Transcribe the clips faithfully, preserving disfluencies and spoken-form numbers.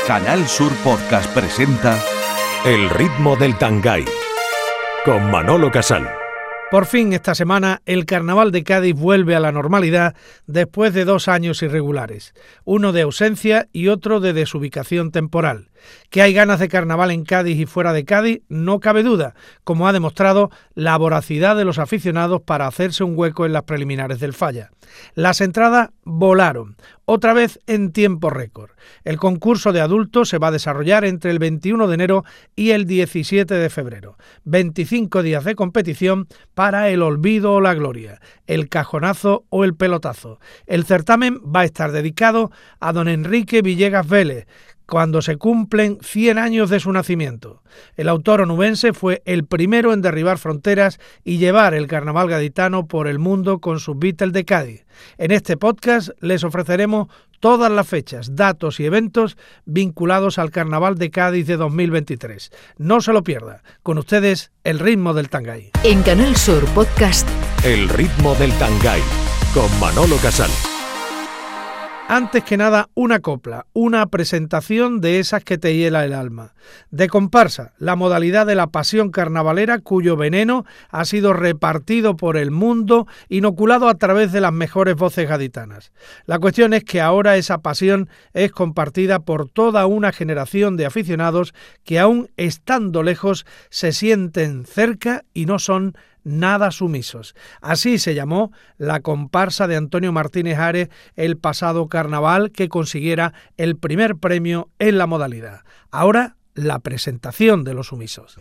Canal Sur Podcast presenta El ritmo del Tangay, con Manolo Casal. Por fin, esta semana, el Carnaval de Cádiz vuelve a la normalidad después de dos años irregulares, uno de ausencia y otro de desubicación temporal. Que hay ganas de carnaval en Cádiz y fuera de Cádiz, no cabe duda, como ha demostrado la voracidad de los aficionados para hacerse un hueco en las preliminares del Falla. Las entradas volaron, otra vez en tiempo récord. El concurso de adultos se va a desarrollar entre el veintiuno de enero y el diecisiete de febrero. veinticinco días de competición para el olvido o la gloria, el cajonazo o el pelotazo. El certamen va a estar dedicado a don Enrique Villegas Vélez, cuando se cumplen cien años de su nacimiento. El autor onubense fue el primero en derribar fronteras y llevar el carnaval gaditano por el mundo con sus Beatles de Cádiz. En este podcast les ofreceremos todas las fechas, datos y eventos vinculados al Carnaval de Cádiz de dos mil veintitrés. No se lo pierda. Con ustedes, El ritmo del Tangay. En Canal Sur Podcast, El ritmo del Tangay, con Manolo Casal. Antes que nada, una copla, una presentación de esas que te hiela el alma. De comparsa, la modalidad de la pasión carnavalera cuyo veneno ha sido repartido por el mundo, inoculado a través de las mejores voces gaditanas. La cuestión es que ahora esa pasión es compartida por toda una generación de aficionados que aún estando lejos se sienten cerca y no son nada sumisos. Así se llamó la comparsa de Antonio Martínez Ares el pasado carnaval, que consiguiera el primer premio en la modalidad. Ahora, la presentación de los sumisos.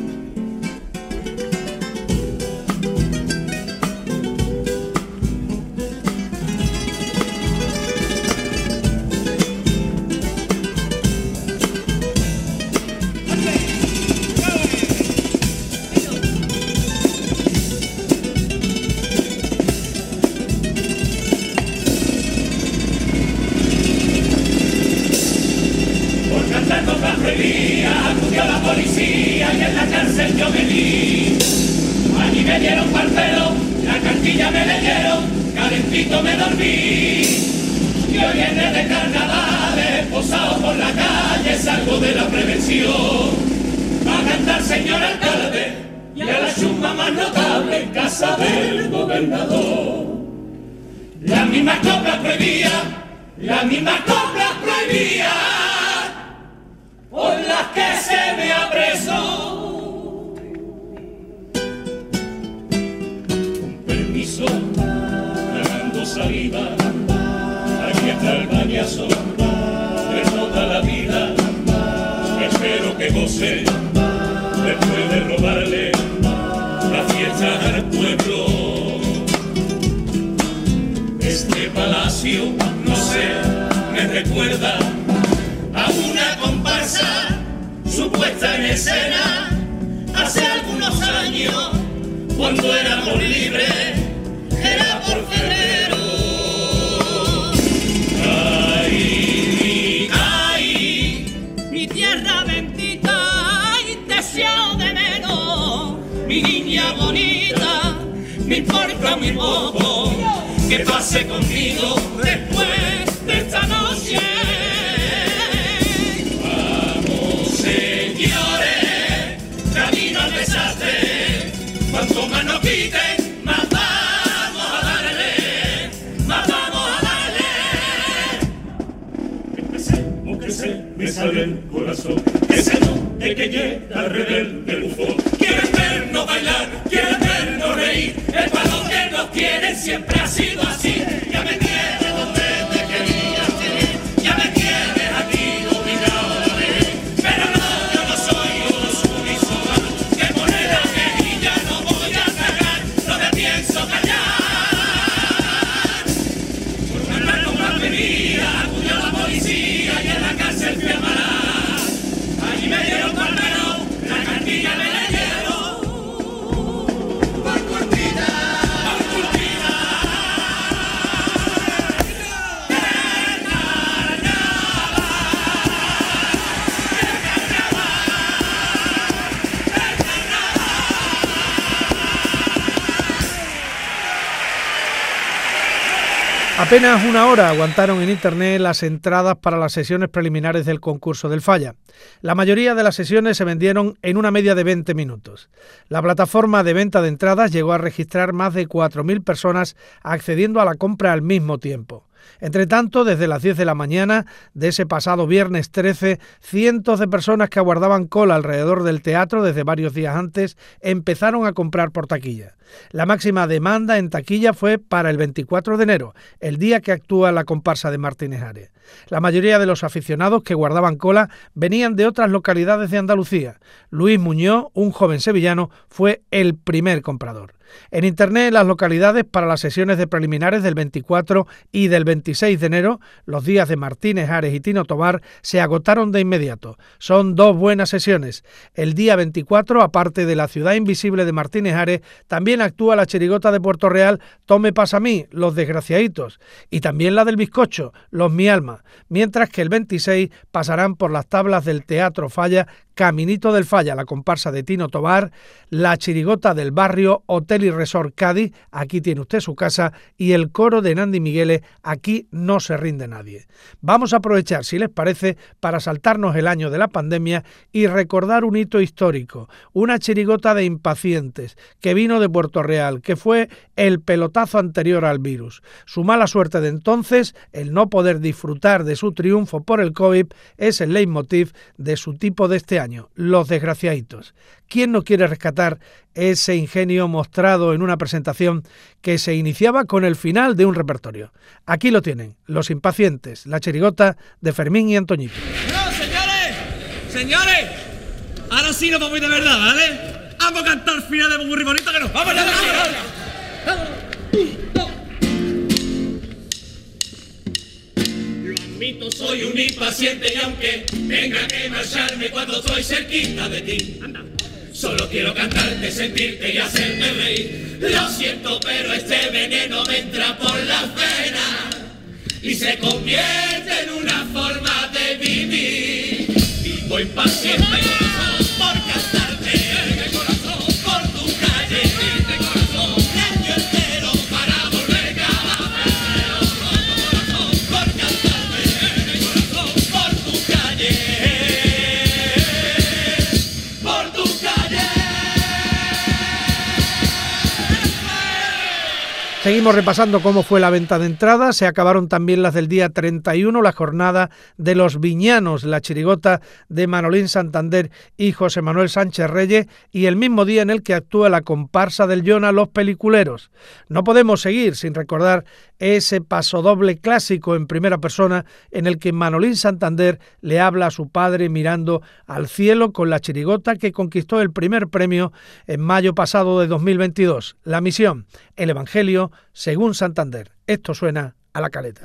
Acudió la policía y en la cárcel yo me vi. Allí me dieron pa'l pelo, la cartilla me leyeron, calentito me dormí. Y hoy viernes de carnavales, posado por la calle, salgo de la prevención. Va a cantar señor alcalde y a la chumba más notable en casa del gobernador. Las mismas coplas prohibía, las mismas coplas prohibía, por las que se me apresó. Con permiso, tragando saliva, aquí está el bañazo de toda la vida. Espero que goce, después de robarle la fiesta al pueblo. Este palacio, no sé, me recuerda a una comparsa supuesta en escena hace algunos años, cuando éramos libres, era por febrero. Ay, ay, mi tierra bendita, y te deseo de menos, mi niña bonita, me importa muy poco que pase conmigo después de esta noche. Cuanto más nos quiten, más vamos a darle, más vamos a darle. Empecemos que se me sale el corazón, que se note que llega el rebelde bufón. Quieren vernos bailar, quieren vernos reír, el balón que nos quieren siempre ha sido así. Ya me tienes donde te quería tener, ya me tienes aquí dominado la vez. Pero no, yo no soy un sumiso más, que poner la mejilla no voy a cagar, no me pienso callar. Por ganar con la pedida, acudió la policía y en la cárcel fui a parar. Allí me dieron por menos, la cartilla me leyeron. Por cortina, por cortina. Apenas una hora aguantaron en internet las entradas para las sesiones preliminares del concurso del Falla. La mayoría de las sesiones se vendieron en una media de veinte minutos. La plataforma de venta de entradas llegó a registrar más de cuatro mil personas accediendo a la compra al mismo tiempo. Entre tanto, desde las diez de la mañana de ese pasado viernes trece, cientos de personas que aguardaban cola alrededor del teatro desde varios días antes empezaron a comprar por taquilla. La máxima demanda en taquilla fue para el veinticuatro de enero, el día que actúa la comparsa de Martínez Ares. La mayoría de los aficionados que guardaban cola venían de otras localidades de Andalucía. Luis Muñoz, un joven sevillano, fue el primer comprador. En internet, las localidades para las sesiones de preliminares del veinticuatro y del veintiséis de enero, los días de Martínez Ares y Tino Tobar, se agotaron de inmediato. Son dos buenas sesiones. El día veinticuatro, aparte de La ciudad invisible de Martínez Ares, también actúa la chirigota de Puerto Real Tome pasa a mí, Los desgraciaditos, y también la del bizcocho, Los mi alma, mientras que el veintiséis pasarán por las tablas del Teatro Falla Caminito del Falla, la comparsa de Tino Tobar, la chirigota del barrio Hotel y Resort Cádiz, Aquí tiene usted su casa, y el coro de Nandi Migueles, Aquí no se rinde nadie. Vamos a aprovechar, si les parece, para saltarnos el año de la pandemia y recordar un hito histórico, una chirigota de impacientes que vino de Puerto Real, que fue el pelotazo anterior al virus. Su mala suerte de entonces, el no poder disfrutar de su triunfo por el COVID, es el leitmotiv de su tipo de este año, Los desgraciaditos. ¿Quién no quiere rescatar ese ingenio mostrado en una presentación que se iniciaba con el final de un repertorio? Aquí lo tienen, Los impacientes, la chirigota de Fermín y Antoñito. ¡No, señores! ¡Señores! Ahora sí nos vamos a ir de verdad, ¿vale? Vamos a cantar final de muy bonito que nos vamos ya de aquí. Soy un impaciente y aunque tenga que marcharme cuando estoy cerquita de ti, solo quiero cantarte, sentirte y hacerte reír. Lo siento, pero este veneno me entra por las venas y se convierte en una forma de vivir. Vivo impaciente por cantarte, de corazón, por tu calle, de corazón, el año entero para volver cada vez. Corazón, por cantarte, de corazón, por tu calle, por tu calle. Seguimos repasando cómo fue la venta de entradas. Se acabaron también las del día treinta y uno, la jornada de los Viñanos, la chirigota de Manolín Santander y José Manuel Sánchez Reyes, y el mismo día en el que actúa la comparsa del Yona, Los Peliculeros. No podemos seguir sin recordar ese pasodoble clásico en primera persona en el que Manolín Santander le habla a su padre mirando al cielo con la chirigota que conquistó el primer premio en mayo pasado de dos mil veintidós. La misión, el Evangelio según Santander. Esto suena a la caleta.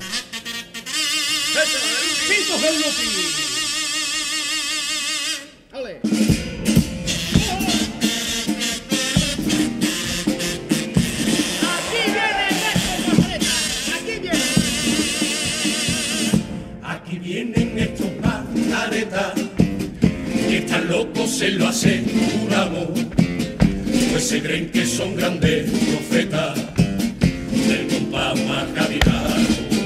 Aquí vienen estos pantaretas que están locos, se lo aseguramos, pues se creen que son grandes profetas del compás más gaditano.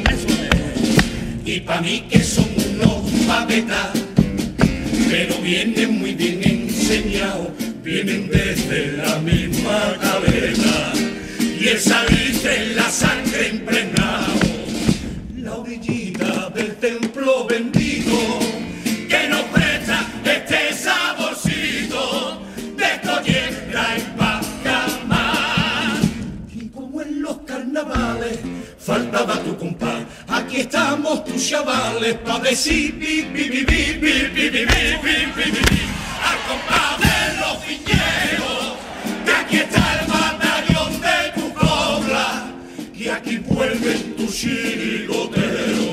Y pa' mí que son unos papetas, pero vienen muy bien enseñados, vienen desde la misma cabeza y el salitre en la sangre impregnado. La orillita del templo bendito que nos presta este saborcito de colletra y pacamar. Y como en los carnavales faltaba tu compás, aquí estamos tus chavales pa' decir bi, bi, bi, bi, bi, bi, bi, bi, bi, bi, al compás de los viñeros, que aquí está el batallón de tu cobra, que aquí vuelven tus chirigoteros.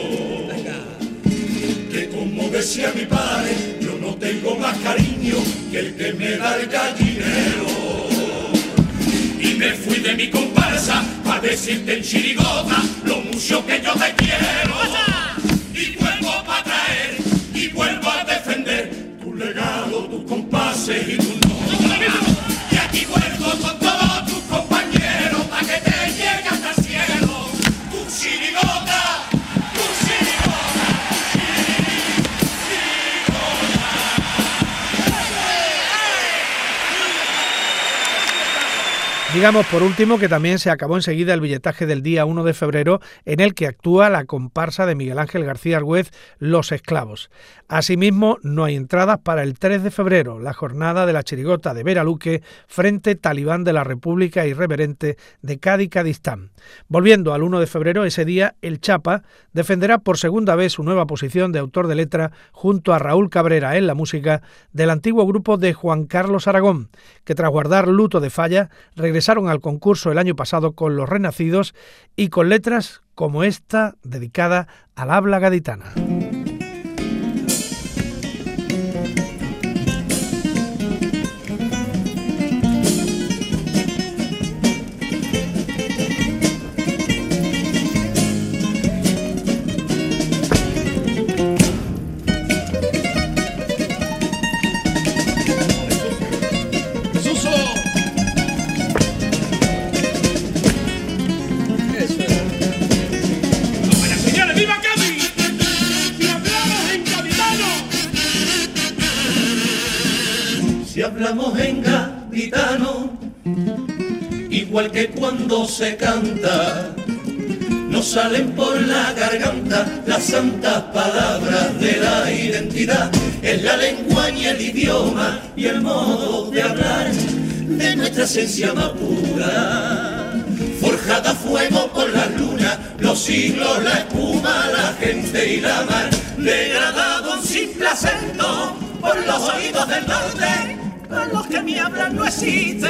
Que como decía mi padre, yo no tengo más cariño que el que me da el gallinero. Y me fui de mi comparsa pa' decirte en chirigota lo mucho que yo te quiero. Y vuelvo pa' traer, y vuelvo a defender tu legado, tus compases y tu nombre. Y aquí vuelvo con todos tus compañeros pa' que te llegue hasta el cielo tu chirigota. Digamos por último que también se acabó enseguida el billetaje del día uno de febrero, en el que actúa la comparsa de Miguel Ángel García Argüez, Los Esclavos. Asimismo, no hay entradas para el tres de febrero, la jornada de la chirigota de Vera Luque, Frente Talibán de la República Irreverente de Cádiz Cadistán. Volviendo al uno de febrero, ese día el Chapa defenderá por segunda vez su nueva posición de autor de letra junto a Raúl Cabrera en la música del antiguo grupo de Juan Carlos Aragón, que tras guardar luto de falla regresaron al concurso el año pasado con Los Renacidos y con letras como esta dedicada al habla gaditana. Si hablamos en gaditano, igual que cuando se canta, nos salen por la garganta las santas palabras de la identidad. Es la lengua y el idioma y el modo de hablar de nuestra esencia más pura. Forjada a fuego por las lunas, los siglos, la espuma, la gente y la mar. Degradado un simple acento por los oídos del norte, para los que me hablan no existe.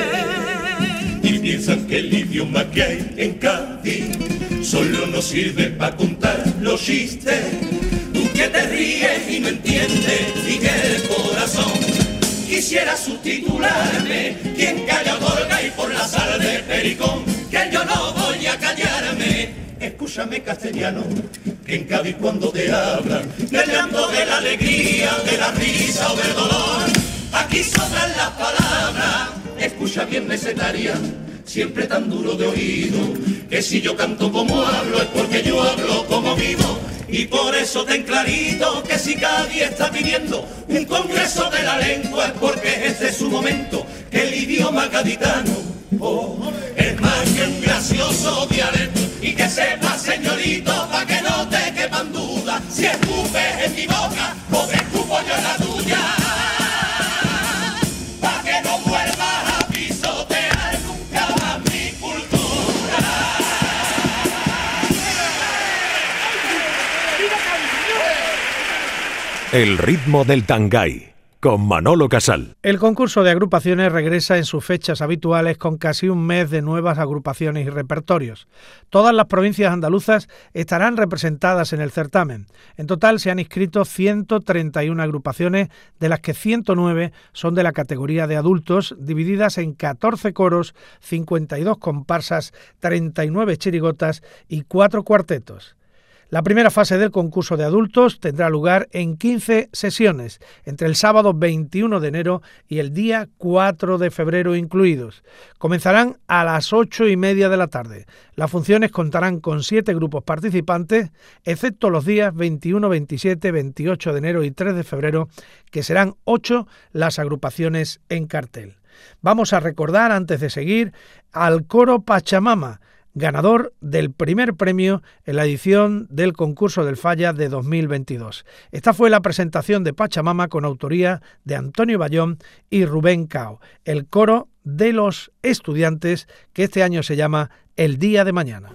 Y piensan que el idioma que hay en Cádiz solo nos sirve para contar los chistes. Tú que te ríes y no entiendes y que el corazón quisiera subtitularme. Quien calla otorga y por la sal de Pericón, que yo no voy a callarme. Escúchame castellano, que en Cádiz cuando te hablan del llanto, de la alegría, de la risa o del dolor, aquí sobran las palabras. Escucha bien mesetaria, siempre tan duro de oído, que si yo canto como hablo es porque yo hablo como vivo. Y por eso ten clarito que si Cádiz está pidiendo un congreso de la lengua es porque este es su momento, que el idioma gaditano oh, es más que un gracioso dialecto. Y que sepa, señorito, pa' que no te quepan dudas, si escupes en mi boca o te escupo yo en la tuya, pa' que no vuelvas a pisotear nunca más mi cultura. El ritmo del Tangay, con Manolo Casal. El concurso de agrupaciones regresa en sus fechas habituales con casi un mes de nuevas agrupaciones y repertorios. Todas las provincias andaluzas estarán representadas en el certamen. En total se han inscrito ciento treinta y una agrupaciones, de las que ciento nueve son de la categoría de adultos, divididas en catorce coros, cincuenta y dos comparsas, treinta y nueve chirigotas y cuatro cuartetos. La primera fase del concurso de adultos tendrá lugar en quince sesiones, entre el sábado veintiuno de enero y el día cuatro de febrero incluidos. Comenzarán a las ocho y media de la tarde. Las funciones contarán con siete grupos participantes, excepto los días veintiuno, veintisiete, veintiocho de enero y tres de febrero, que serán ocho las agrupaciones en cartel. Vamos a recordar, antes de seguir, al coro Pachamama, ganador del primer premio en la edición del concurso del Falla de dos mil veintidós. Esta fue la presentación de Pachamama con autoría de Antonio Bayón y Rubén Cao, el coro de los estudiantes, que este año se llama El Día de Mañana.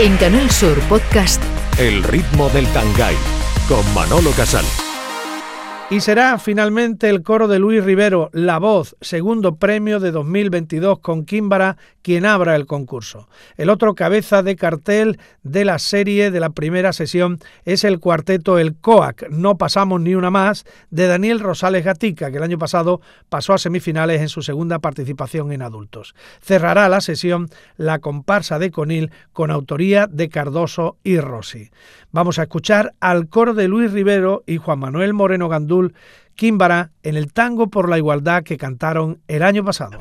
En Canal Sur Podcast, El ritmo del Tangay, con Manolo Casal. Y será finalmente el coro de Luis Rivero, La Voz, segundo premio de dos mil veintidós con Químbara, quien abra el concurso. El otro cabeza de cartel de la serie de la primera sesión es el cuarteto El Coac, No pasamos ni una más, de Daniel Rosales Gatica, que el año pasado pasó a semifinales en su segunda participación en adultos. Cerrará la sesión la comparsa de Conil, con autoría de Cardoso y Rossi. Vamos a escuchar al coro de Luis Rivero y Juan Manuel Moreno Gandul, Químbara, en el Tango por la Igualdad que cantaron el año pasado.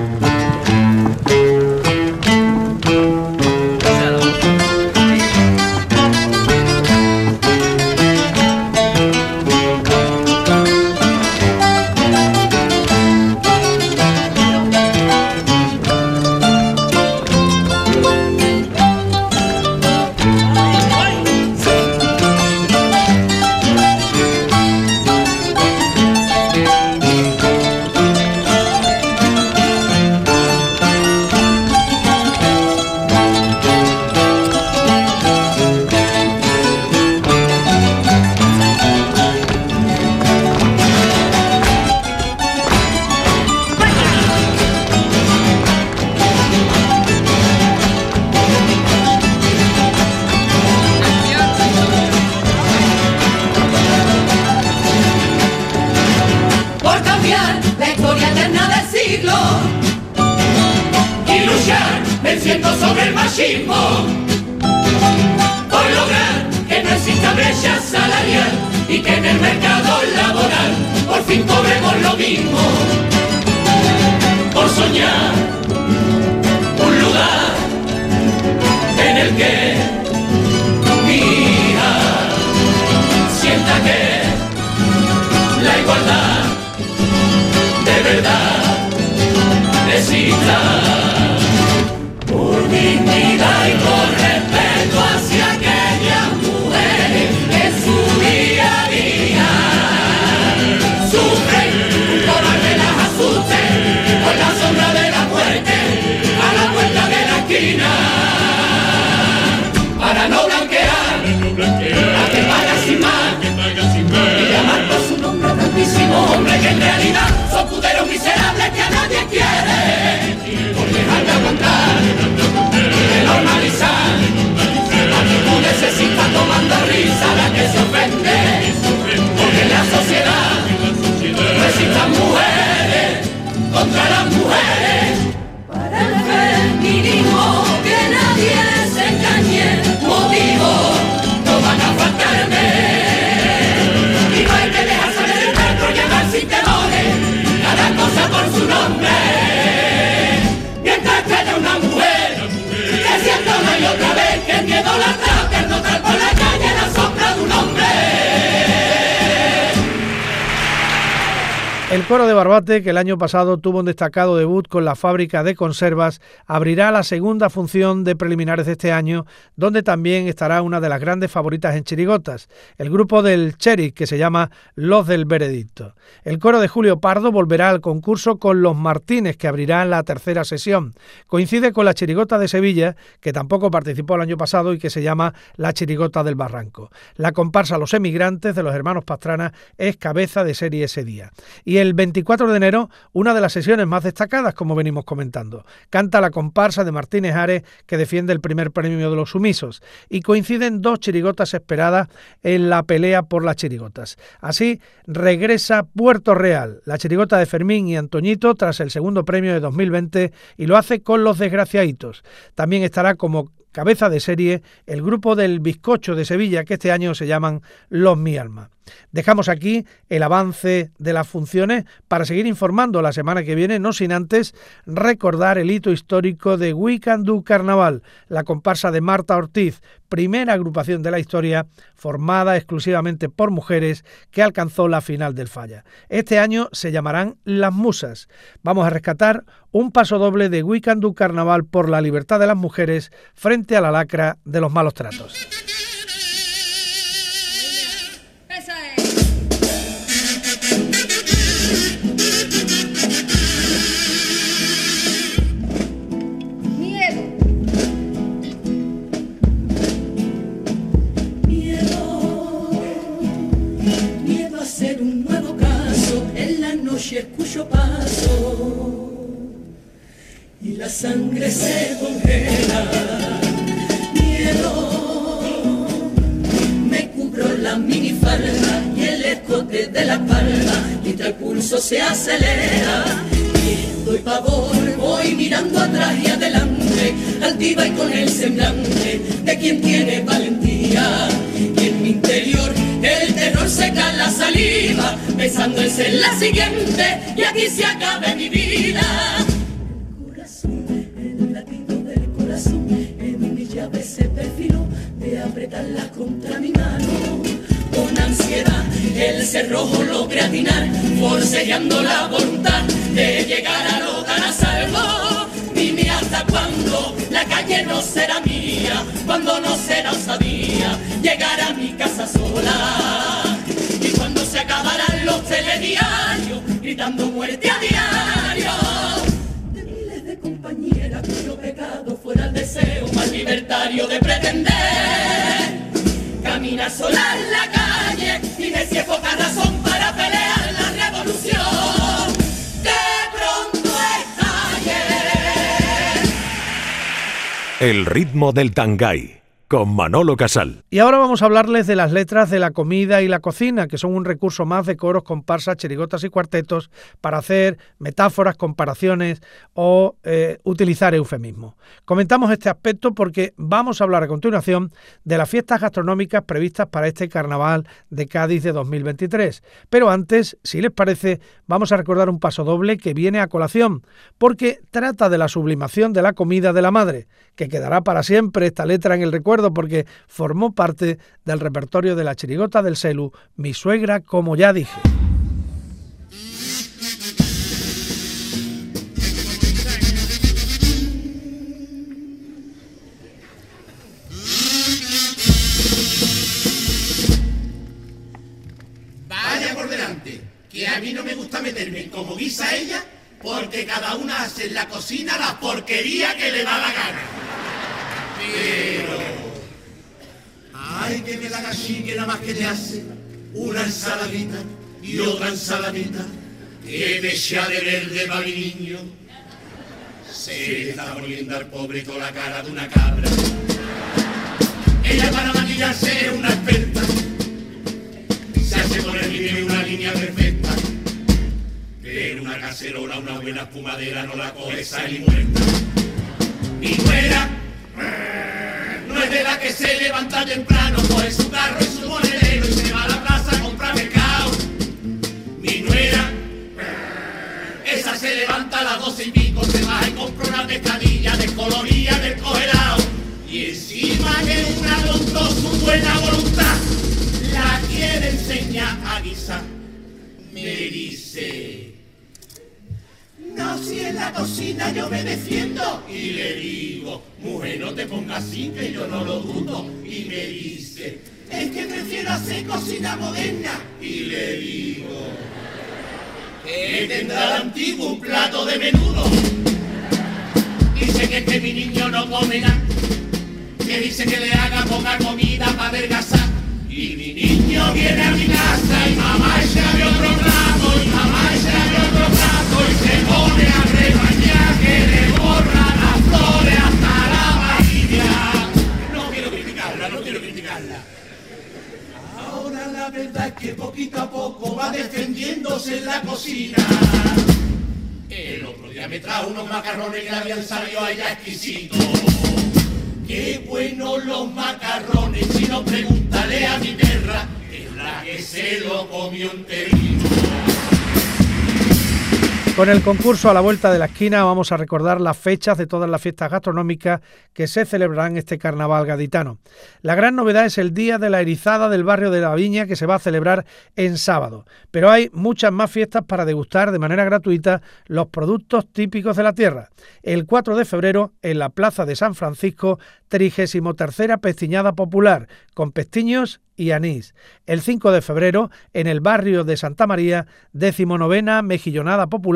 Por lograr que no exista brecha salarial y que en el mercado laboral por fin cobremos lo mismo. Por soñar un lugar en el que mi hija sienta que la igualdad de verdad exista. Por dignidad y por respeto hacia aquellas mujeres que en su día a día sufren, un cobarde las asuste, con la sombra de la muerte a la vuelta de la esquina, para no blanquear a que paga sin más, y llamar por su nombre a tantísimos hombres que en realidad son puteros miserables que a nadie quiere, por dejar de aguantar, de normalizar actitudes sexistas tomando risa a la que se ofende, porque en la sociedad no existan mujeres contra las mujeres. Para el feminismo que nadie se engañe, motivos no van a faltarme, y no hay que dejar salir el metro, llamar sin temores cada cosa por su nombre. Mientras que haya una mujer que sienta una y otra vez que el miedo la trata, el notar por la calle la sombra de un hombre. El coro de Barbate, que el año pasado tuvo un destacado debut con la fábrica de conservas, abrirá la segunda función de preliminares de este año, donde también estará una de las grandes favoritas en chirigotas, el grupo del Cherry, que se llama Los del Veredicto. El coro de Julio Pardo volverá al concurso con Los Martínez, que abrirán la tercera sesión. Coincide con la chirigota de Sevilla, que tampoco participó el año pasado y que se llama La Chirigota del Barranco. La comparsa Los Emigrantes de los hermanos Pastrana es cabeza de serie ese día. Y el veinticuatro de enero, una de las sesiones más destacadas, como venimos comentando. Canta la comparsa de Martínez Ares, que defiende el primer premio de los sumisos, y coinciden dos chirigotas esperadas en la pelea por las chirigotas. Así, regresa Puerto Real, la chirigota de Fermín y Antoñito, tras el segundo premio de dos mil veinte, y lo hace con Los Desgraciaditos. También estará como cabeza de serie el grupo del Bizcocho de Sevilla, que este año se llaman Los Mi Alma. Dejamos aquí el avance de las funciones para seguir informando la semana que viene, no sin antes recordar el hito histórico de We Can Do Carnaval, la comparsa de Marta Ortiz, primera agrupación de la historia formada exclusivamente por mujeres que alcanzó la final del Falla. Este año se llamarán Las Musas. Vamos a rescatar un pasodoble de We Can Do Carnaval por la libertad de las mujeres frente a la lacra de los malos tratos. noche escucho paso y la sangre se congela. Miedo, me cubro la minifalda y el escote de la espalda, mientras el pulso se acelera. Y doy pavor, voy mirando atrás y adelante, altiva y con el semblante de quien tiene valentía. Y en mi interior el terror seca la saliva, pensando en ser la siguiente y aquí se acabe mi vida. El corazón, el latido del corazón, en mi llave se perfiló de apretarla contra mi mano. Con ansiedad el cerrojo logré atinar, forcejeando la voluntad de llegar a lo tan a salvo. Dime hasta cuándo la calle no será mía, cuando no será osadía llegar a mi casa sola. Y cuando se acabarán los telediarios gritando muerte a diario de miles de compañeras cuyo pecado fuera el deseo más libertario de pretender caminar sola en la calle y me si es poca razón para pelear la revolución. De pronto estalle. El ritmo del Tangay, con Manolo Casal. Y ahora vamos a hablarles de las letras de la comida y la cocina, que son un recurso más de coros, comparsas, chirigotas y cuartetos para hacer metáforas, comparaciones o eh, utilizar eufemismos. Comentamos este aspecto porque vamos a hablar a continuación de las fiestas gastronómicas previstas para este Carnaval de Cádiz de dos mil veintitrés. Pero antes, si les parece, vamos a recordar un pasodoble que viene a colación, porque trata de la sublimación de la comida de la madre, que quedará para siempre esta letra en el recuerdo porque formó parte del repertorio de la chirigota del Celu, Mi suegra, como ya dije. Vaya por delante, que a mí no me gusta meterme como guisa ella, porque cada una hace en la cocina la porquería que le da la gana. Pero ay, que me la gallí que nada más que te hace una ensaladita y otra ensaladita, que me echa de verde para mi niño. Se le está poniendo al pobre con la cara de una cabra. Ella para maquillarse es una experta, se hace poner en una línea perfecta, pero una cacerola, una buena espumadera no la coge sal y muerta. Y fuera no es de la que se levanta temprano, coge su carro y su monedero y se va a la plaza a comprar pescado. Mi nuera, esa se levanta a las doce y pico, se va y compra una pescadilla descolorida del congelado. Y encima que una con su buena voluntad la quiere enseñar a guisar. Me dice: no, si en la cocina yo me defiendo. Y le digo: mujer, no te pongas así, que yo no lo dudo. Y me dice: es que prefiero hacer cocina moderna. Y le digo: que tendrá el antiguo un plato de menudo. Dice que es que mi niño no come nada, que dice que le haga poca comida para adelgazar. Y mi niño viene a mi casa y mamá echa de otro plato, y mamá echa de otro plato, y se pone a rebañar que le borra las flores hasta la vainilla. No quiero criticarla, no quiero criticarla. Ahora la verdad es que poquito a poco va defendiéndose en la cocina. El otro día me trajo unos macarrones que le habían salido a ella exquisitos. Qué buenos los macarrones, si no pregúntale a mi perra, es la que se lo comió enterito. Con el concurso a la vuelta de la esquina vamos a recordar las fechas de todas las fiestas gastronómicas que se celebrarán este carnaval gaditano. La gran novedad es el Día de la Erizada del barrio de la Viña, que se va a celebrar en sábado. Pero hay muchas más fiestas para degustar de manera gratuita los productos típicos de la tierra. El cuatro de febrero, en la Plaza de San Francisco, trigésimo tercera pestiñada popular, con pestiños y anís. El cinco de febrero, en el barrio de Santa María, decimonovena mejillonada popular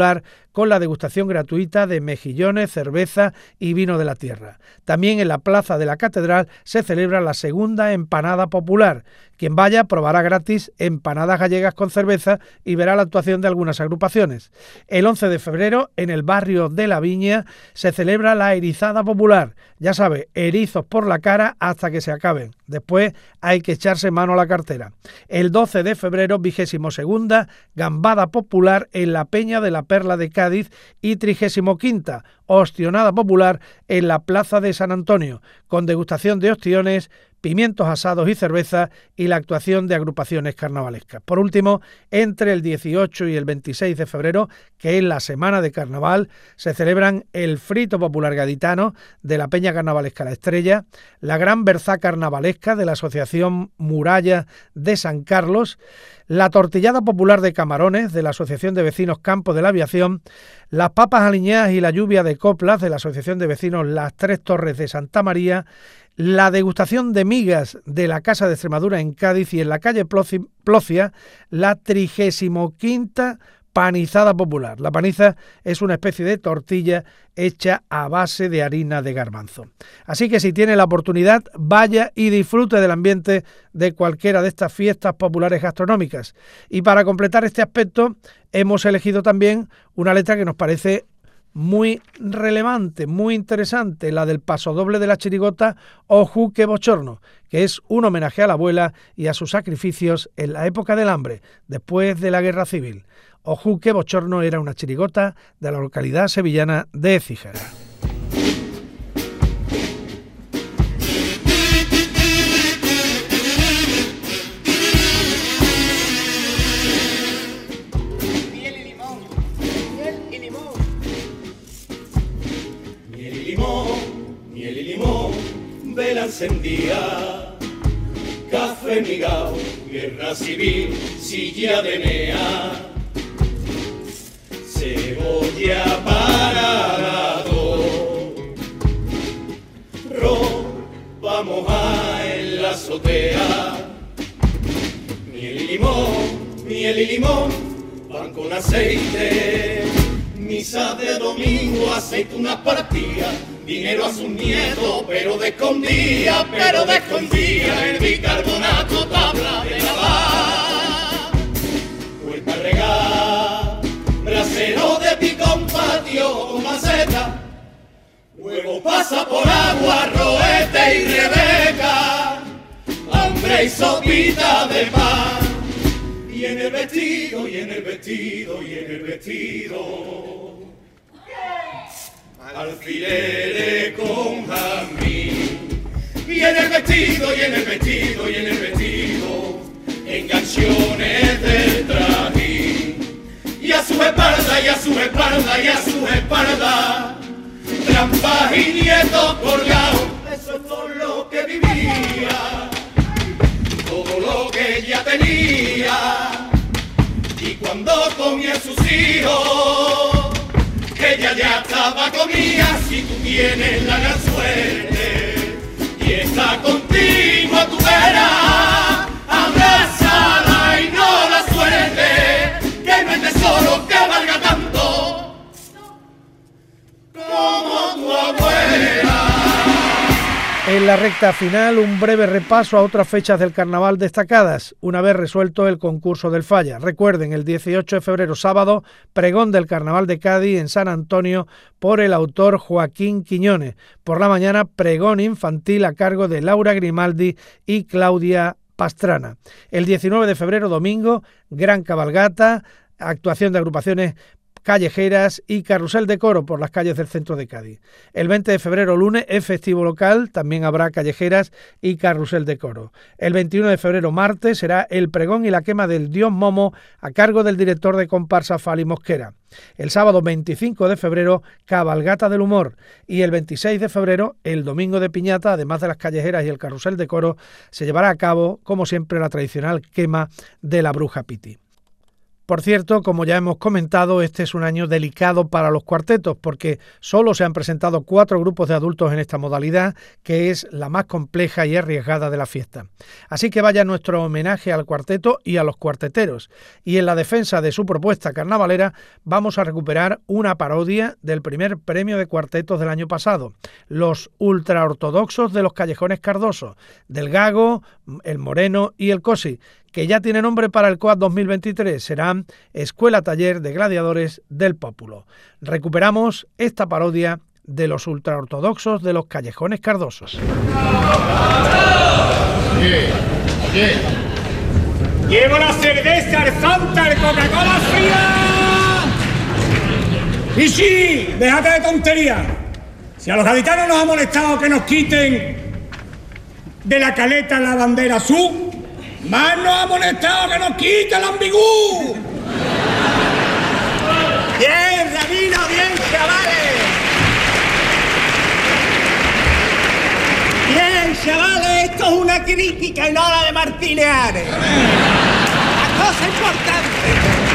con la degustación gratuita de mejillones, cerveza y vino de la tierra. También en la Plaza de la Catedral se celebra la segunda empanada popular. Quien vaya probará gratis empanadas gallegas con cerveza y verá la actuación de algunas agrupaciones. El once de febrero, en el barrio de La Viña, se celebra la erizada popular. Ya sabe, erizos por la cara hasta que se acaben. Después hay que echarse mano a la cartera. El doce de febrero, vigésimo segunda, gambada popular en la Peña de la Perla de Cádiz y trigésimo quinta, ostionada popular en la Plaza de San Antonio, con degustación de ostiones, pimientos asados y cerveza y la actuación de agrupaciones carnavalescas. Por último, entre el dieciocho y el veintiséis de febrero, que es la semana de carnaval, se celebran el Frito Popular Gaditano de la Peña Carnavalesca La Estrella, la Gran Verzá Carnavalesca de la Asociación Muralla de San Carlos, la Tortillada Popular de Camarones de la Asociación de Vecinos Campo de la Aviación, las Papas Aliñadas y la Lluvia de Coplas de la Asociación de Vecinos Las Tres Torres de Santa María, la degustación de migas de la Casa de Extremadura en Cádiz y en la calle Plocia, la trigésimo quinta panizada popular. La paniza es una especie de tortilla hecha a base de harina de garbanzo. Así que si tiene la oportunidad, vaya y disfrute del ambiente de cualquiera de estas fiestas populares gastronómicas. Y para completar este aspecto, hemos elegido también una letra que nos parece muy relevante, muy interesante, la del pasodoble de la chirigota Ojú que bochorno, que es un homenaje a la abuela y a sus sacrificios en la época del hambre, después de la Guerra Civil. Ojú que bochorno era una chirigota de la localidad sevillana de Écija. Vela encendida, café migao, guerra civil, silla de mea, cebolla para arado, ropa moja en la azotea, miel y limón, miel y limón, pan con aceite, misa de domingo, aceitunas partidas, dinero a sus nietos, pero de escondida, pero de escondida, el bicarbonato, tabla de lavar, puerta regar, brasero de picón, patio con maceta, huevo pasa por agua, roete y rebeca, hambre y sopita de pan, y en el vestido, y en el vestido, y en el vestido, alfileres con jazmín, y en el vestido, y en el vestido, y en el vestido, enganchones del trajín, y a su espalda, y a su espalda, y a su espalda, trampas y nietos colgados, eso es todo lo que vivía, todo lo que ella tenía, y cuando comía sus hijos, ella ya estaba comida. Si tú tienes la gran suerte y está contigo a tu vera, abrázala y no la suerte, que no es tesoro que valga tanto como tu abuela. En la recta final, un breve repaso a otras fechas del carnaval destacadas, una vez resuelto el concurso del Falla. Recuerden, el dieciocho de febrero, sábado, pregón del Carnaval de Cádiz en San Antonio por el autor Joaquín Quiñones. Por la mañana, pregón infantil a cargo de Laura Grimaldi y Claudia Pastrana. El diecinueve de febrero, domingo, gran cabalgata, actuación de agrupaciones callejeras y carrusel de coro por las calles del centro de Cádiz. El veinte de febrero, lunes, es festivo local, también habrá callejeras y carrusel de coro. El veintiuno de febrero, martes, será el pregón y la quema del Dios Momo a cargo del director de comparsa Fali Mosquera. El sábado veinticinco de febrero, cabalgata del humor, y el veintiséis de febrero, el domingo de piñata, además de las callejeras y el carrusel de coro, se llevará a cabo, como siempre, la tradicional quema de la bruja Piti. Por cierto, como ya hemos comentado, este es un año delicado para los cuartetos porque solo se han presentado cuatro grupos de adultos en esta modalidad, que es la más compleja y arriesgada de la fiesta. Así que vaya nuestro homenaje al cuarteto y a los cuarteteros. Y en la defensa de su propuesta carnavalera vamos a recuperar una parodia del primer premio de cuartetos del año pasado, los ultraortodoxos de los Callejones Cardosos, del Gago, el Moreno y el Cosi, que ya tiene nombre para el COAD dos mil veintitrés, serán Escuela Taller de Gladiadores del Pópulo. Recuperamos esta parodia de los ultraortodoxos de los Callejones Cardosos. Oye, oye. Llevo la cerveza, el Fanta, el Coca-Cola fría. Y sí, déjate de tontería. Si a los gaditanos nos ha molestado que nos quiten de la caleta la bandera azul, más nos ha molestado que nos quiten el ambigú. Bien, Rabino, bien, chavales. Bien, chavales, esto es una crítica y no la de Martínez Ares. La cosa importante.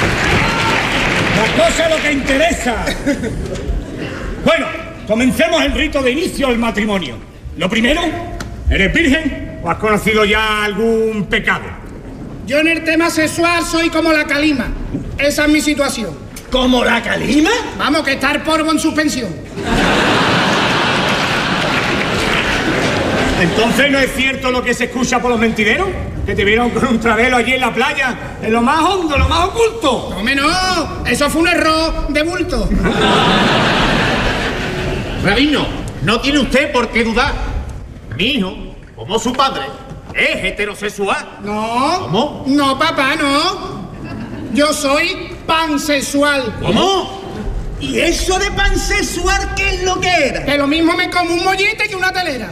La cosa es lo que interesa. Bueno, comencemos el rito de inicio del matrimonio. Lo primero, ¿eres virgen o has conocido ya algún pecado? Yo en el tema sexual soy como la calima. Esa es mi situación. ¿Como la calima? Vamos, que estar polvo en suspensión. Entonces, ¿no es cierto lo que se escucha por los mentideros? Que te vieron con un travelo allí en la playa, en lo más hondo, lo más oculto. No, me no, eso fue un error de bulto. Rabino, no tiene usted por qué dudar. Mi hijo, como su padre, es heterosexual. No. ¿Cómo? No, papá, no. Yo soy pansexual. ¿Cómo? ¿Y eso de pansexual qué es lo que era? Que lo mismo me como un mollete que una telera.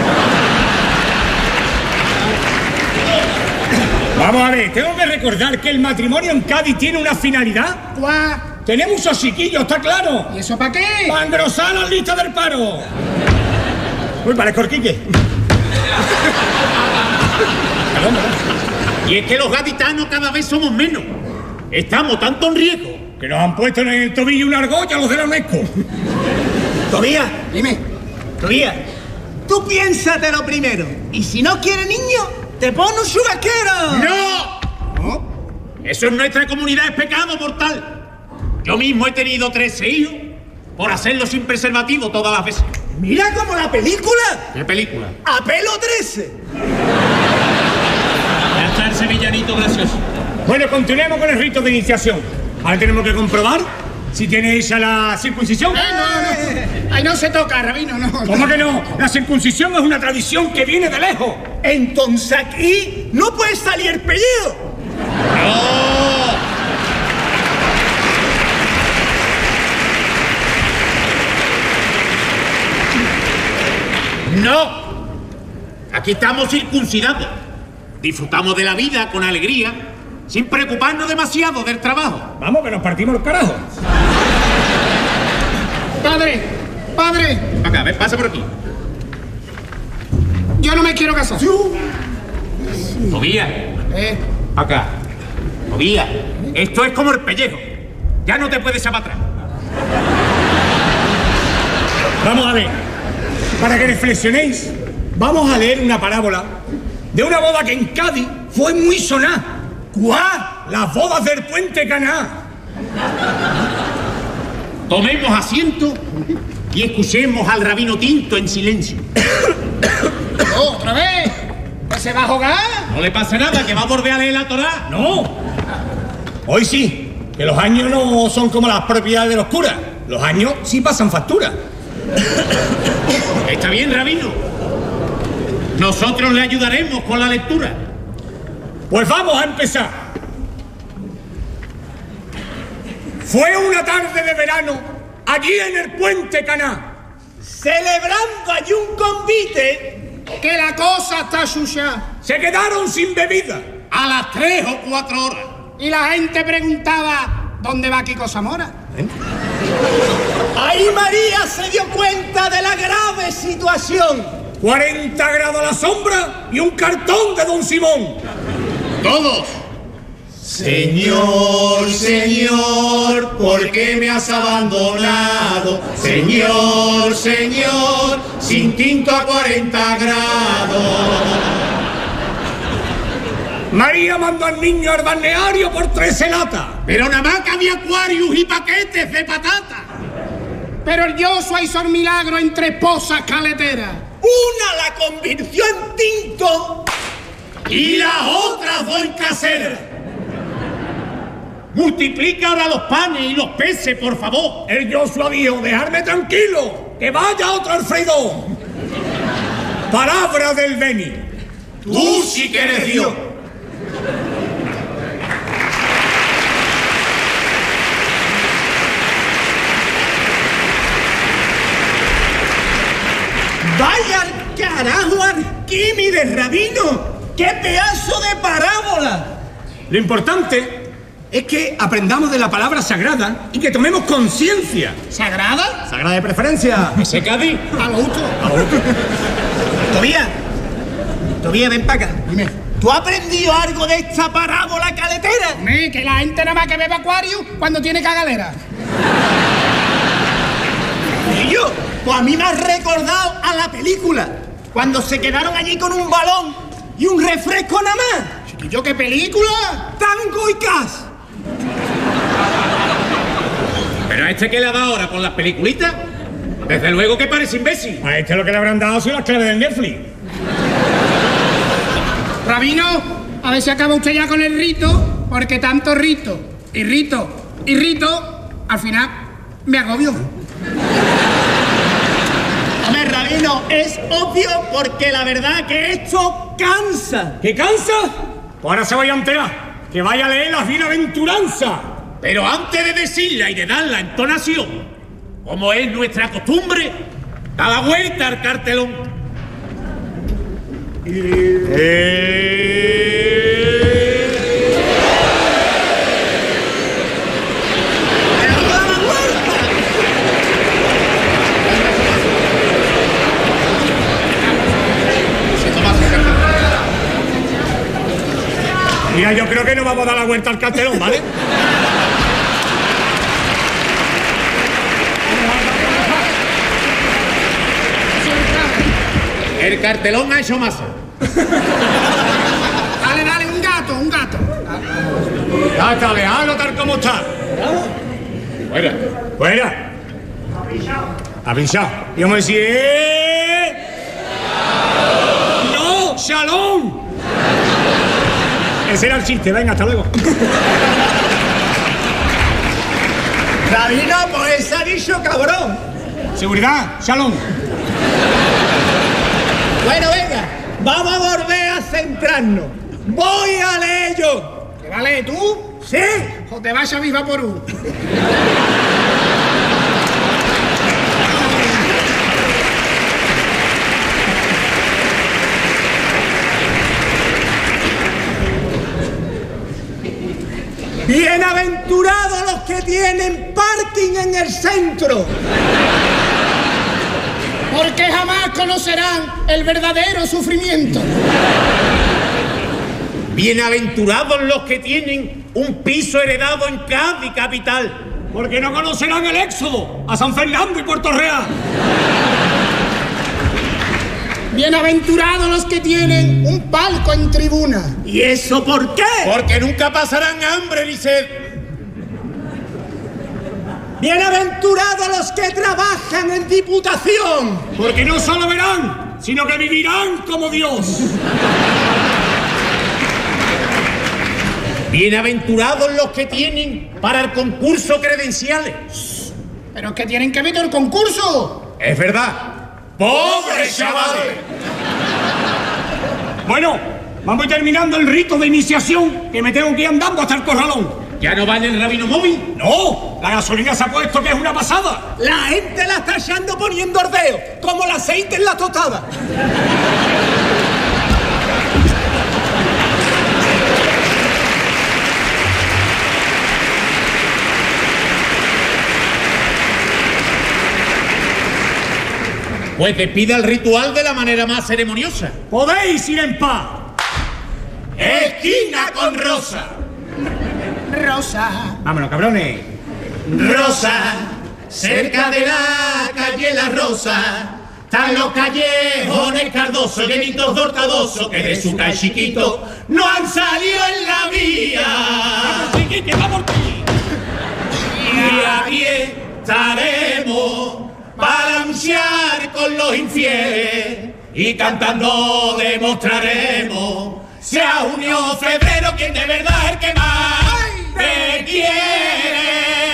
Vamos a ver, tengo que recordar que el matrimonio en Cádiz tiene una finalidad. ¿Cuál? Tenemos a chiquillos, ¿está claro? ¿Y eso para qué? ¡Para engrosar las listas del paro! Uy, para el corquique. Y es que los gaditanos cada vez somos menos. Estamos tanto en riesgo que nos han puesto en el tobillo una argolla los de la UNESCO. Tobías, dime. Tobías, tú piénsatelo primero. Y si no quieres niño, te pone un chubasquero. ¡No! ¿No? Eso en nuestra comunidad es pecado mortal. Yo mismo he tenido trece hijos por hacerlo sin preservativo todas las veces. Mira como la película. ¿Qué película? Apelo trece. Ya está el sevillanito gracioso. Bueno, continuemos con el rito de iniciación. Ahora tenemos que comprobar si tiene esa la circuncisión. Eh, no, no. Ahí no se toca, Rabino, no. ¿Cómo que no? La circuncisión es una tradición que viene de lejos. Entonces aquí no puede salir el pellejo. ¡No! ¡No! Aquí estamos circuncidados. Disfrutamos de la vida con alegría, sin preocuparnos demasiado del trabajo. Vamos, que nos partimos el carajo. Padre, padre. Acá, ven, pasa por aquí. Yo no me quiero casar. Tobías. Eh. Acá. Tobías. Esto es como el pellejo. Ya no te puedes echar para atrás. Vamos a ver. Para que reflexionéis, vamos a leer una parábola de una boda que en Cádiz fue muy sonada. ¿Cuál? Las bodas del Puente Caná. Tomemos asiento y escuchemos al rabino Tinto en silencio. ¿Otra vez? ¿Se va a jugar? No le pasa nada, que va a volver a leer la Torá. No. Hoy sí, que los años no son como las propiedades de los curas. Los años sí pasan factura. Está bien, rabino. Nosotros le ayudaremos con la lectura. Pues vamos a empezar. Fue una tarde de verano allí en el Puente Caná, celebrando allí un convite, que la cosa está suya. Se quedaron sin bebida a las tres o cuatro horas. Y la gente preguntaba, ¿dónde va Kiko Zamora? ¿Eh? Ahí María se dio cuenta de la grave situación. cuarenta grados a la sombra y un cartón de Don Simón. Todos, Señor, Señor, ¿por qué me has abandonado? Señor, Señor, sin tinto a cuarenta grados. María mandó al niño al balneario por trece latas. Pero nada más que había acuarios y paquetes de patata. Pero el Joshua hizo el milagro en tres pozas caleteras. Una la convirtió en tinto y las otras dos en caseras. Multiplica ahora los panes y los peces, por favor. El Joshua dijo, dejarme tranquilo, que vaya otro Alfredo. Palabra del Beni. Tú sí que eres Dios. ¡Vaya al carajo, Arquímedes, rabino! ¡Qué pedazo de parábola! Lo importante es que aprendamos de la palabra sagrada y que tomemos conciencia. ¿Sagrada? Sagrada de preferencia. Ese Cádiz. A lo otro. A lo otro. Tobías, Tobías, ven para acá. Dime. ¿Tú has aprendido algo de esta parábola caletera? Hombre, que la gente nada más que bebe acuario cuando tiene cagalera. ¿Y yo? Pues a mí me has recordado a la película, cuando se quedaron allí con un balón y un refresco nada más. ¿Chiquillo, qué película? Tango y Cash. ¿Pero a este qué le ha dado ahora por las peliculitas? Desde luego que parece imbécil. A este lo que le habrán dado son las claves del Netflix. Rabino, a ver si acaba usted ya con el rito, porque tanto rito, y rito, y rito, al final me agobio. Hombre, rabino, es obvio porque la verdad que esto cansa. ¿Qué cansa? Pues ahora se vaya a enterar. Que vaya a leer las bienaventuranzas. Pero antes de decirla y de dar la entonación, como es nuestra costumbre, da la vuelta al cartelón. Mira, yo creo que no vamos a dar la vuelta al cartelón, ¿vale? El cartelón ha hecho masa. Dale, dale, un gato, un gato. Ya está, déjalo tal como está. Fuera. Fuera. Avisado. Y vamos a decir... ¡Eh! ¡No! ¡Shalom! Ese era el chiste. Venga, hasta luego. Rabino, pues se ha dicho cabrón. Seguridad. Shalom. Bueno, venga, vamos a volver a centrarnos. Voy a leer yo. ¿Te va a leer tú? Sí. O te vas a Viva Porú. Bienaventurados los que tienen parking en el centro, porque jamás conocerán el verdadero sufrimiento. Bienaventurados los que tienen un piso heredado en Cádiz capital, porque no conocerán el éxodo a San Fernando y Puerto Real. Bienaventurados los que tienen un palco en tribuna. ¿Y eso por qué? Porque nunca pasarán hambre ni sed. Bienaventurados los que trabajan en Diputación, porque no solo verán, sino que vivirán como Dios. Bienaventurados los que tienen para el concurso credenciales. Pero es que tienen que ver el concurso. Es verdad. ¡Pobres chavales! Bueno, vamos terminando el rito de iniciación, que me tengo que ir andando hasta el corralón. ¿Ya no va en el rabino móvil? ¡No! La gasolina se ha puesto que es una pasada. La gente la está echando poniendo ordeo, como el aceite en la tostada. Pues despida el ritual de la manera más ceremoniosa. Podéis ir en paz. Esquina con rosa. Rosa. Vámonos, cabrones. Rosa, cerca de la calle La Rosa, están los callejones cardosos, llenitos de hortadosos, que de su calle chiquito no han salido en la vía. ¡Vamos, chiquique, vamos por ti! Y aquí estaremos para anunciar con los infieles y cantando demostraremos si a junio o febrero quien de verdad es el que más te quiere.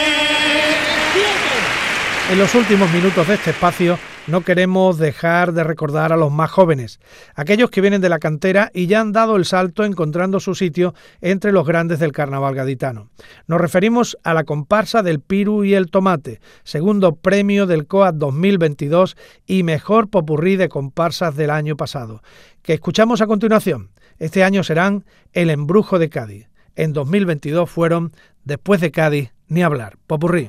En los últimos minutos de este espacio no queremos dejar de recordar a los más jóvenes, aquellos que vienen de la cantera y ya han dado el salto encontrando su sitio entre los grandes del carnaval gaditano. Nos referimos a la comparsa del Piru y el Tomate, segundo premio del COAD dos mil veintidós y mejor popurrí de comparsas del año pasado, que escuchamos a continuación. Este año serán El Embrujo de Cádiz. En dos mil veintidós fueron Después de Cádiz, ni hablar. Popurrí.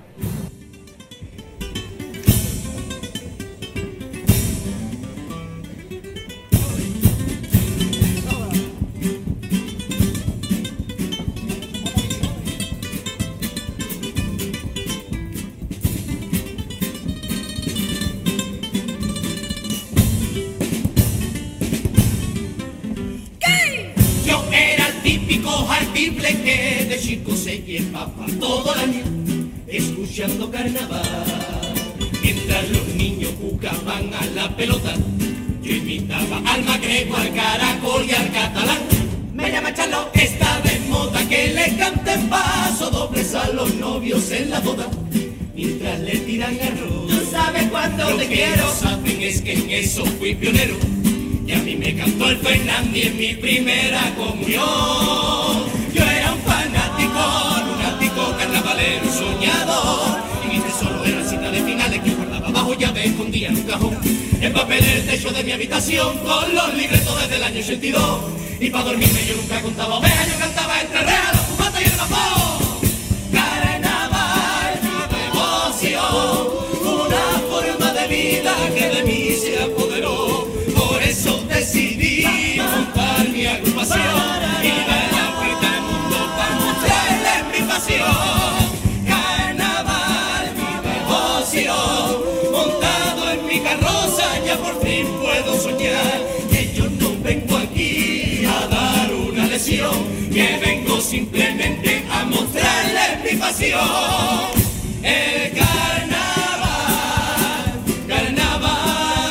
Que de chico se llevaba todo el año escuchando carnaval. Mientras los niños jugaban a la pelota, yo imitaba al magrego, al caracol y al catalán. Me llama Charlo, está de moda que le canten paso dobles a los novios en la boda, mientras le tiran arroz. Tú sabes cuánto te quiero. Lo que no saben es que en eso fui pionero, y a mí me cantó el Fernández en mi primera comunión. Yo era un fanático, lunático, carnavalero, soñador, y mi tesoro era cita de finales que guardaba bajo llave, escondía en un cajón. Empapelé el techo de mi habitación con los libretos desde el año ochenta y dos, y para dormirme yo nunca contaba ovejas, yo cantaba entre rejas, la fumata y el vapor. Carnaval, mi devoción, una forma de vida que de mí se apoderó. Por eso decidí montar mi agrupación y dar la vuelta al mundo para mostrarles mi pasión. Carnaval, mi devoción, montado en mi carroza ya por fin puedo soñar que yo no vengo aquí a dar una lección, que vengo simplemente a mostrarles mi pasión. El carnaval, carnaval.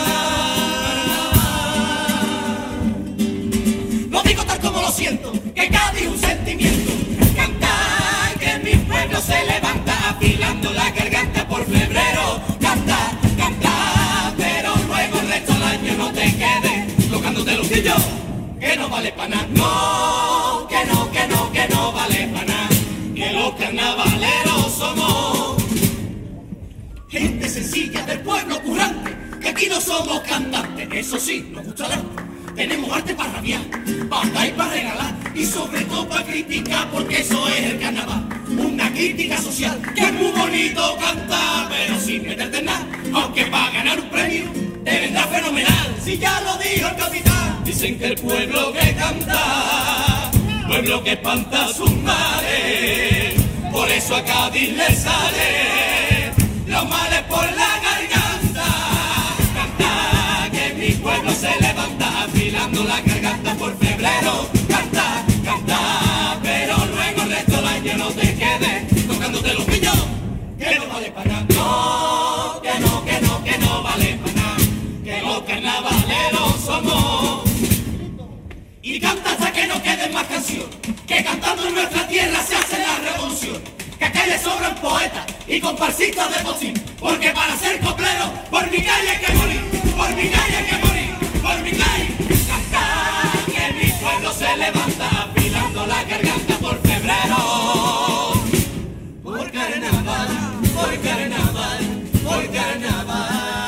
Como lo siento, que Cádiz un sentimiento. Cantar que mi pueblo se levanta afilando la garganta por febrero. Canta, canta, pero luego el resto del año no te quedes tocándote los pillos, que no vale para nada. No, que no, que no, que no vale para nada. Que los carnavaleros somos gente sencilla del pueblo currante, que aquí no somos cantantes, eso sí, nos gusta el arte. Tenemos arte para rabiar, para dar y para regalar, y sobre todo para criticar, porque eso es el carnaval. Una crítica social que es muy bonito cantar, pero sin meterte en nada, aunque para ganar un premio te vendrá fenomenal. Si ya lo dijo el capitán, dicen que el pueblo que canta, pueblo que espanta a sus males, por eso a Cádiz le sale los males por la garganta. Canta que mi pueblo se levanta afilando la garganta por febrero. Canta, canta, pero luego el resto del año no te quedes tocándote los pillos, que no vale para nada. No, que no, que no, que no vale para nada. Que los carnavaleros somos. Y canta hasta que no queden más canciones, que cantando en nuestra tierra se hace la revolución. Que aquí le sobran poetas y comparsistas de bocín, porque para ser coplero por mi calle hay que morir, por mi calle hay que morir, por mi calle. Canta que mi pueblo se levanta afilando la garganta por febrero. Por carnaval, por carnaval, por carnaval.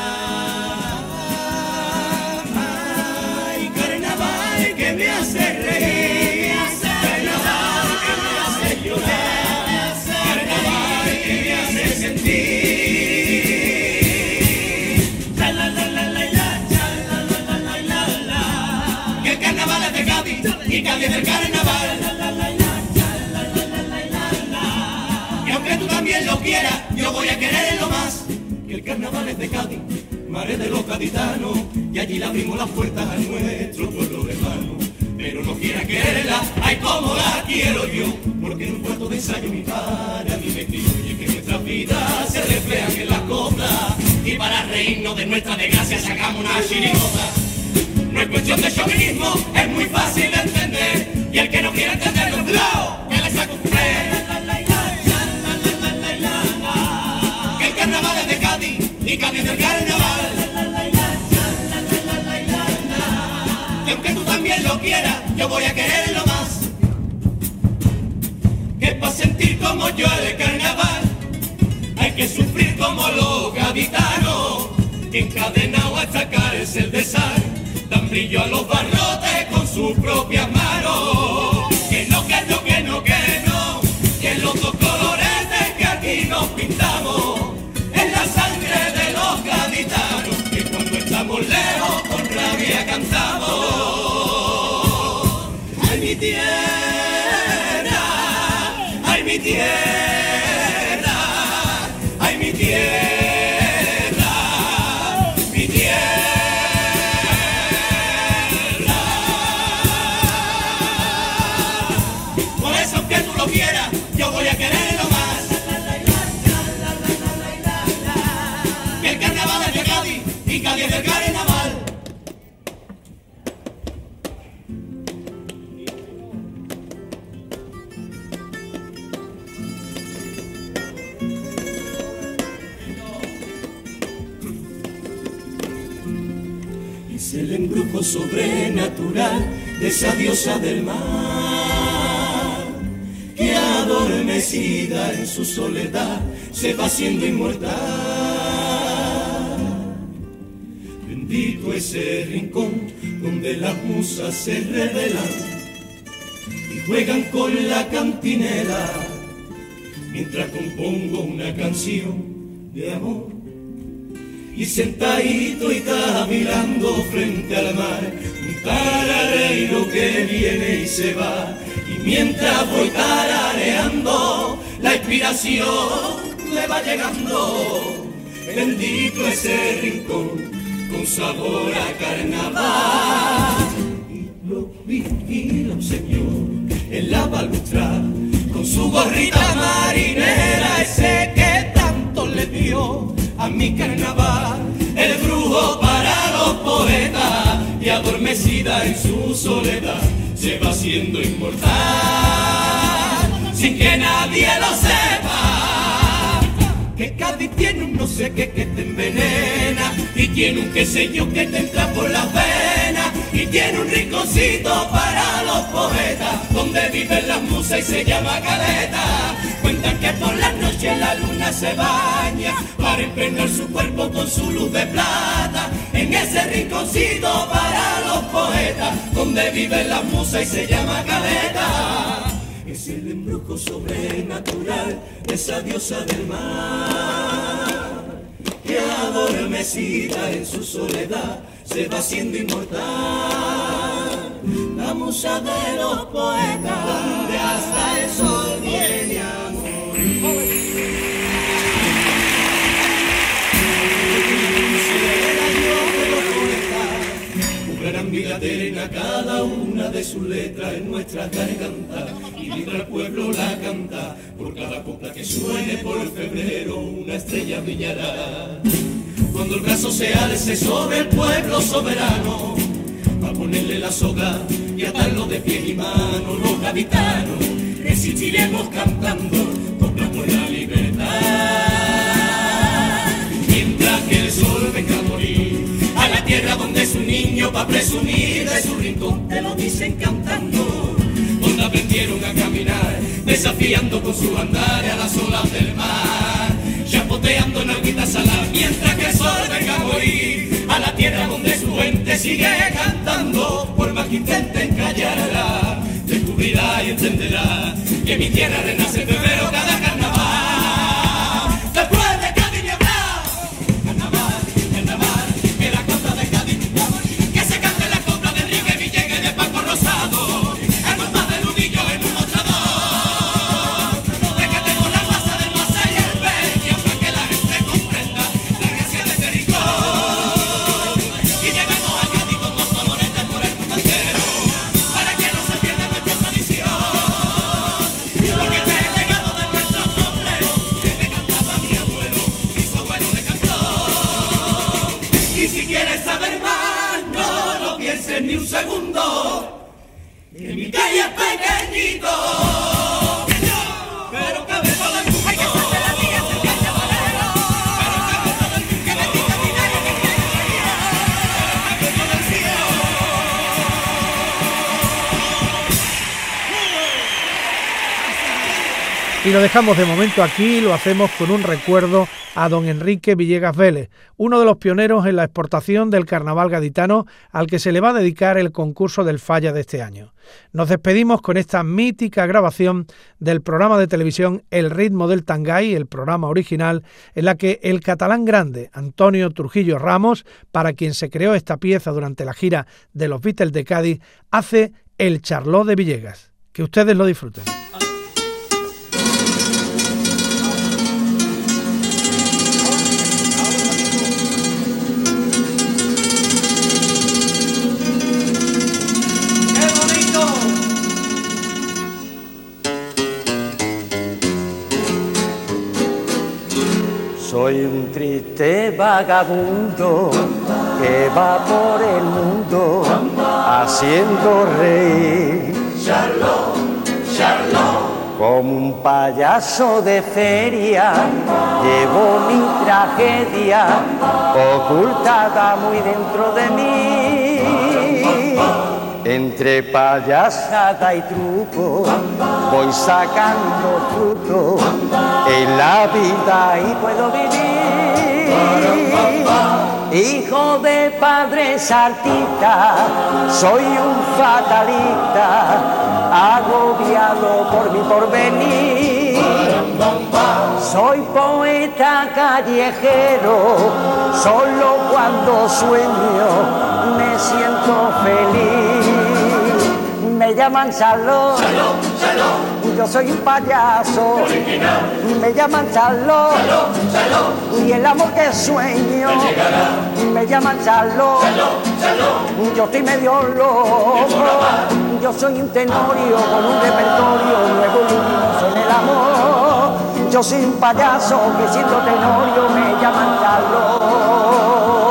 Ay, carnaval que me hace reír, carnaval que me hace llorar, carnaval que me hace sentir. La la la la la la, la la la la la. Que el carnaval es de Cádiz y Cádiz es del carnaval. La la la la la, la la aunque tú también lo quieras, yo voy a quererlo más. Que el carnaval es de Cádiz, madre de los gaditanos, y allí le abrimos las puertas a nuestro pueblo hermano. Pero no quiera quererla, ay como la quiero yo, porque en un cuarto de ensayo mi padre a mí me crió. Y es que nuestras vidas se reflejan en las coplas, y para reírnos de nuestra desgracia sacamos una chirigota. No es cuestión de chauvinismo, es muy fácil de entender, y el que no quiera entenderlo, cuidado, que le saco un play. Que el carnaval es de Cádiz, y Cádiz es del carnaval. Y aunque tú también lo quieras, yo voy a quererlo más. Que para sentir como yo el carnaval, hay que sufrir como los gaditanos, que encadenado hasta cárcel de sal, dan brillo a los barrotes con sus propias manos. Que no, que no, que no, que no, que los dos coloretes que aquí nos pintamos es la sangre de los gaditanos, que cuando estamos lejos con rabia cantamos. Ay mi tierra, ay mi tierra, ay mi tierra, mi tierra. Por eso aunque tú lo quieras, yo voy a quererlo más. Que el carnaval es de Cádiz y Cádiz es del carnaval. Es el embrujo sobrenatural de esa diosa del mar, que adormecida en su soledad se va haciendo inmortal. Bendito ese rincón donde las musas se revelan y juegan con la cantinela, mientras compongo una canción de amor. Y sentadito y está mirando frente al mar, un tarareiro que viene y se va. Y mientras voy tarareando, la inspiración me va llegando. Bendito ese rincón con sabor a carnaval. Y lo vigila un señor en la balustrada, con su gorrita marinera, ese que tanto le dio a mi carnaval, el brujo para los poetas, y adormecida en su soledad se va haciendo inmortal, sin que nadie lo sepa. Que Cádiz tiene un no sé qué que te envenena, y tiene un qué sé yo que te entra por las venas, y tiene un rinconcito para los poetas, donde viven las musas y se llama Caleta. Cuentan que por las noches la luna se baña para impregnar su cuerpo con su luz de plata, en ese rinconcito para los poetas, donde viven las musas y se llama Caleta. Es el embrujo sobrenatural de esa diosa del mar, que adormecida en su soledad se va haciendo inmortal. La musa de los poetas, donde hasta el sol viene a morir. Cobrarán vida eterna cada una de sus letras en nuestras gargantas, y mientras el pueblo la canta, por cada copla que suene por febrero una estrella brillará. Cuando el brazo se alce sobre el pueblo soberano, va a ponerle la soga y atarlo de pie y mano, los gaditanos resistiremos cantando coplas por la libertad. Mientras que el sol venga a morir a la tierra donde su niño va a presumir de su rincón, te lo dicen cantando, donde aprendieron a caminar, desafiando con su andar a las olas del mar, chapoteando en alguita salada, mientras que el sol venga a morir a la tierra donde su gente sigue cantando, por más que intenten callarla, descubrirá y entenderá que mi tierra renace en febrero cada carnaval. Después de Cádiz y Ebra, carnaval, carnaval, que la costa de Cádiz, que se cante la copla de Enrique Villegas y de Paco Rosado, el compás de Ludillo en un mostrador, de que tengo la masa del mar. un segundo, que mi calle es pequeñito, pero cabe todo el mundo. Hay que hacer la mía, se pierde bolero, pero cabe todo el mundo. Que bendito mi calle, que calle sería, cabe todo el cielo. Y lo dejamos de momento aquí, lo hacemos con un recuerdo a don Enrique Villegas Vélez, uno de los pioneros en la exportación del carnaval gaditano, al que se le va a dedicar el concurso del Falla de este año. Nos despedimos con esta mítica grabación del programa de televisión El ritmo del Tangay, el programa original, en la que el catalán grande Antonio Trujillo Ramos, para quien se creó esta pieza durante la gira de los Beatles de Cádiz, hace el Charlot de Villegas. Que ustedes lo disfruten. Soy un triste vagabundo que va por el mundo haciendo reír. Charlot, Charlot, como un payaso de feria, llevo mi tragedia ocultada muy dentro de mí. Entre payasada y truco voy sacando fruto en la vida y puedo vivir. Hijo de padres artistas, soy un fatalista, agobiado por mi porvenir. Soy poeta callejero, solo cuando sueño me siento feliz. Me llaman Charlot, Charlot, Charlot, yo soy un payaso. original. Me llaman Charlot, Charlot, Charlot, y el amor que sueño me llegará. me llaman Charlot, Charlot, Charlot, yo estoy medio loco. Yo soy un tenorio con un repertorio nuevo y luminoso en el amor. Yo soy un payaso que siendo tenorio me llaman Charlot.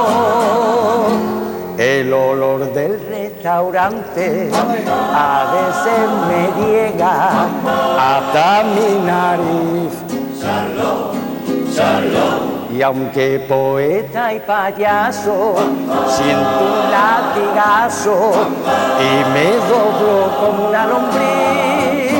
El olor del restaurante a veces me llega hasta mi nariz. Charlot, Charlot, Y aunque poeta y payaso, siento un latigazo y me doblo como una lombriz.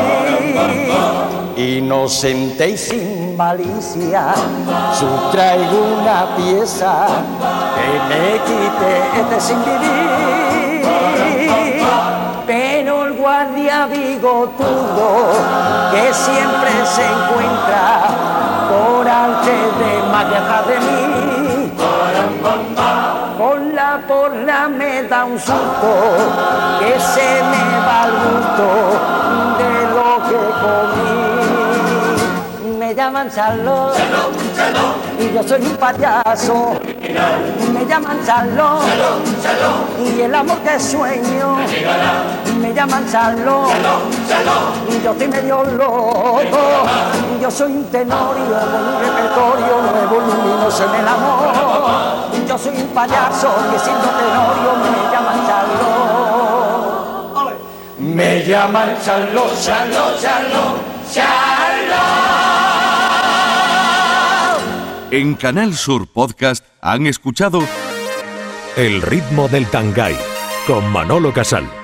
Inocente y sin malicia, sustraigo una pieza que me quite este sin vivir. Pero el guardia bigotudo que siempre se encuentra por antes de más detrás de mí, con la porra me da un susto que se me va el gusto de lo que comí. Me llaman Charlot, Charlot, Charlot, y yo soy un payaso. Me llaman Charlot, Charlot, Charlot, y el amor que sueño me llegará. me llaman Charlot, Charlot, Charlot, y yo estoy medio loco. Yo soy un tenorio con un repertorio nuevo luminoso en el amor. Yo soy un payaso que siendo tenorio me llaman Charlot. Me llaman Charlot, Charlot, Charlot, Charlot. En Canal Sur Podcast han escuchado El ritmo del Tangay con Manolo Casal.